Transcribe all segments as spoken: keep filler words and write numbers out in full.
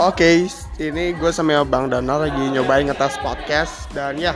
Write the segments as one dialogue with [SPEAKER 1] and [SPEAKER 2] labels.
[SPEAKER 1] Oke, ini gue sama Bang Donald lagi nyobain ngetes podcast. Dan ya,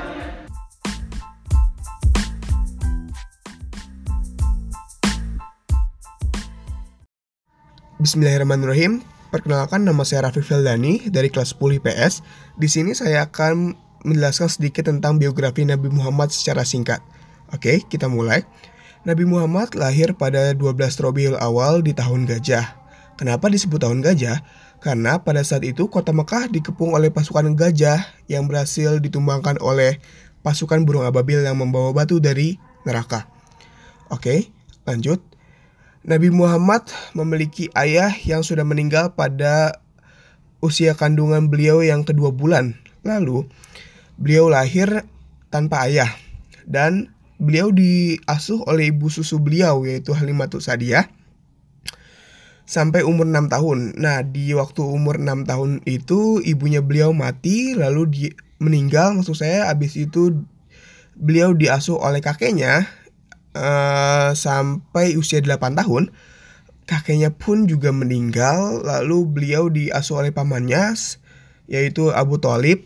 [SPEAKER 1] Bismillahirrahmanirrahim. Perkenalkan, nama saya Raffi Feldani dari kelas sepuluh I P S. Di sini saya akan menjelaskan sedikit tentang biografi Nabi Muhammad secara singkat. Oke, kita mulai. Nabi Muhammad lahir pada dua belas Rabiul Awal di tahun gajah. Kenapa disebut tahun gajah? Karena pada saat itu kota Mekah dikepung oleh pasukan gajah yang berhasil ditumbangkan oleh pasukan burung ababil yang membawa batu dari neraka. Oke, lanjut. Nabi Muhammad memiliki ayah yang sudah meninggal pada usia kandungan beliau yang kedua bulan. Lalu, beliau lahir tanpa ayah dan beliau diasuh oleh ibu susu beliau yaitu Halimatus Sa'diyah sampai umur enam tahun. Nah, di waktu umur enam tahun itu ibunya beliau mati lalu di, meninggal. Maksud saya habis itu beliau diasuh oleh kakeknya uh, sampai usia delapan tahun. Kakeknya pun juga meninggal lalu beliau diasuh oleh pamannya yaitu Abu Thalib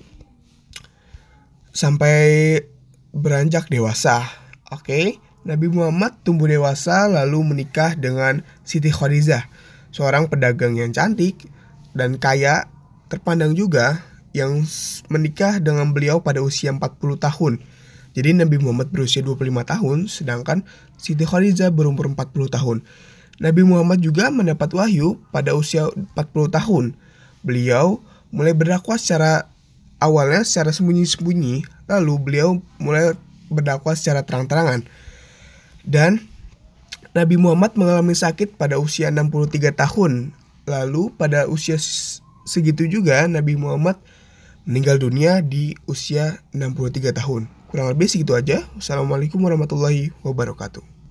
[SPEAKER 1] sampai beranjak dewasa. Oke, Nabi Muhammad tumbuh dewasa lalu menikah dengan Siti Khadijah, seorang pedagang yang cantik dan kaya terpandang juga yang menikah dengan beliau pada usia empat puluh tahun. Jadi Nabi Muhammad berusia dua puluh lima tahun sedangkan Siti Khadijah berumur empat puluh tahun. Nabi Muhammad juga mendapat wahyu pada usia empat puluh tahun. Beliau mulai berdakwah secara awalnya secara sembunyi-sembunyi, lalu beliau mulai berdakwah secara terang-terangan. Dan Nabi Muhammad mengalami sakit pada usia enam puluh tiga tahun. Lalu pada usia segitu juga Nabi Muhammad meninggal dunia di usia enam puluh tiga tahun. Kurang lebih segitu aja. Wassalamualaikum warahmatullahi wabarakatuh.